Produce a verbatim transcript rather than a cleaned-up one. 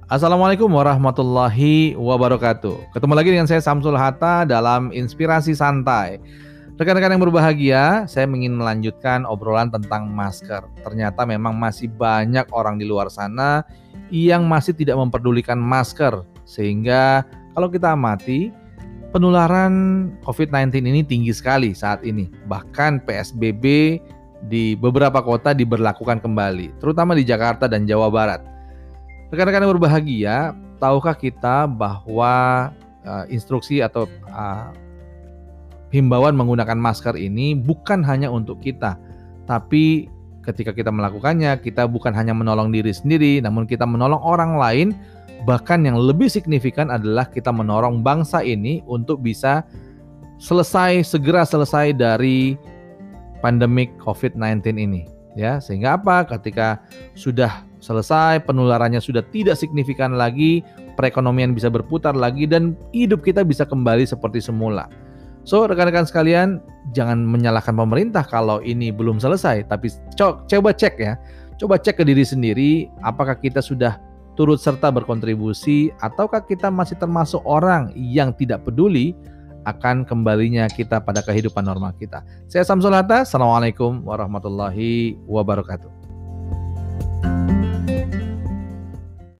Assalamualaikum warahmatullahi wabarakatuh. Ketemu lagi dengan saya Samsul Hatta dalam Inspirasi Santai. Rekan-rekan yang berbahagia, saya ingin melanjutkan obrolan tentang masker. Ternyata memang masih banyak orang di luar sana yang masih tidak memperdulikan masker. Sehingga kalau kita amati, penularan covid sembilan belas ini tinggi sekali saat ini. Bahkan P S B B di beberapa kota diberlakukan kembali, terutama di Jakarta dan Jawa Barat. Rekan-rekan yang berbahagia, tahukah kita bahwa uh, instruksi atau uh, himbauan menggunakan masker ini bukan hanya untuk kita, tapi ketika kita melakukannya, kita bukan hanya menolong diri sendiri, namun kita menolong orang lain. Bahkan yang lebih signifikan adalah kita menolong bangsa ini untuk bisa selesai, segera selesai dari pandemik covid sembilan belas ini. Ya, sehingga apa? Ketika sudah selesai, penularannya sudah tidak signifikan lagi, perekonomian bisa berputar lagi, dan hidup kita bisa kembali seperti semula. So, rekan-rekan sekalian, jangan menyalahkan pemerintah kalau ini belum selesai, tapi co- coba cek ya, coba cek ke diri sendiri, apakah kita sudah turut serta berkontribusi, ataukah kita masih termasuk orang yang tidak peduli akan kembalinya kita pada kehidupan normal kita. Saya Samsul Hatta, Assalamualaikum warahmatullahi wabarakatuh.